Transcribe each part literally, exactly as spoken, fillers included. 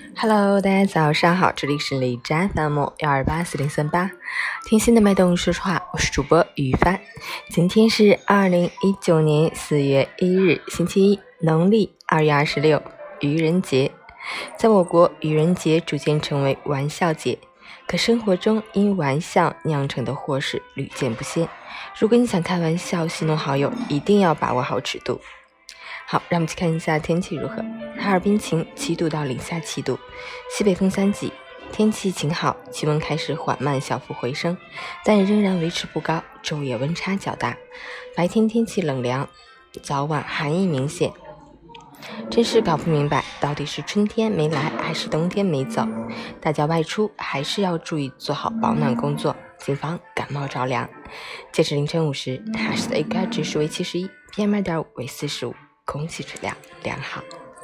Hello， 大家早上好，这里是荔枝 F M 幺二八四零三八，听心的脉动说说话，我是主播于帆。今天是二零一九年四月一日，星期一，农历二月二十六，愚人节。在我国，愚人节逐渐成为玩笑节，可生活中因玩笑酿成的祸事屡见不鲜。如果你想开玩笑戏弄好友，一定要把握好尺度。好，让我们去看一下天气如何。哈尔滨晴，七度到零下七度，西北风三级，天气晴好，气温开始缓慢小幅回升，但仍然维持不高，昼夜温差较大，白天天气冷凉，早晚寒意明显。真是搞不明白，到底是春天没来还是冬天没走，大家外出还是要注意做好保暖工作，谨防感冒着凉。截至凌晨五时，哈市的 A Q I 指数为七十一 ，P M 二点五 为四十五，空气质量良好。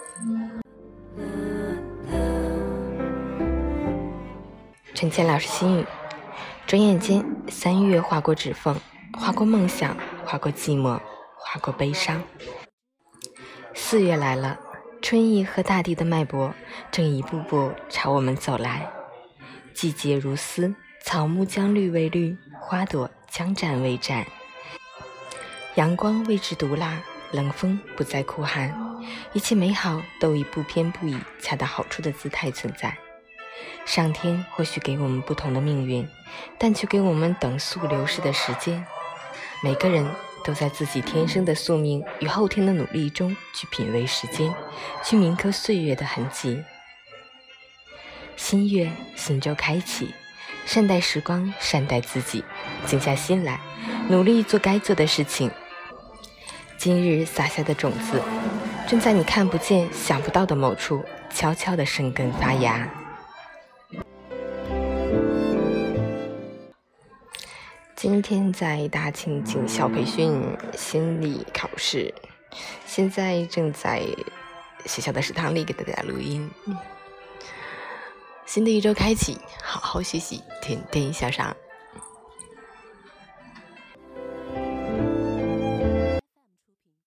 陈倩老师心语：转眼间，三月划过指缝，划过梦想，划过寂寞，划过悲伤。四月来了，春意和大地的脉搏正一步步朝我们走来。季节如丝，草木将绿为绿，花朵将绽为绽。阳光未至毒辣，冷风不再酷寒，一切美好都以不偏不倚、恰到好处的姿态存在。上天或许给我们不同的命运，但却给我们等速流逝的时间。每个人都在自己天生的宿命与后天的努力中去品味时间，去铭刻岁月的痕迹。新月新周开启，善待时光，善待自己，静下心来，努力做该做的事情。今日撒下的种子，正在你看不见想不到的某处悄悄地生根发芽。今天在大庆警校培训心理考试，现在正在学校的食堂里给大家录音。新的一周开启，好好学习，天天向上。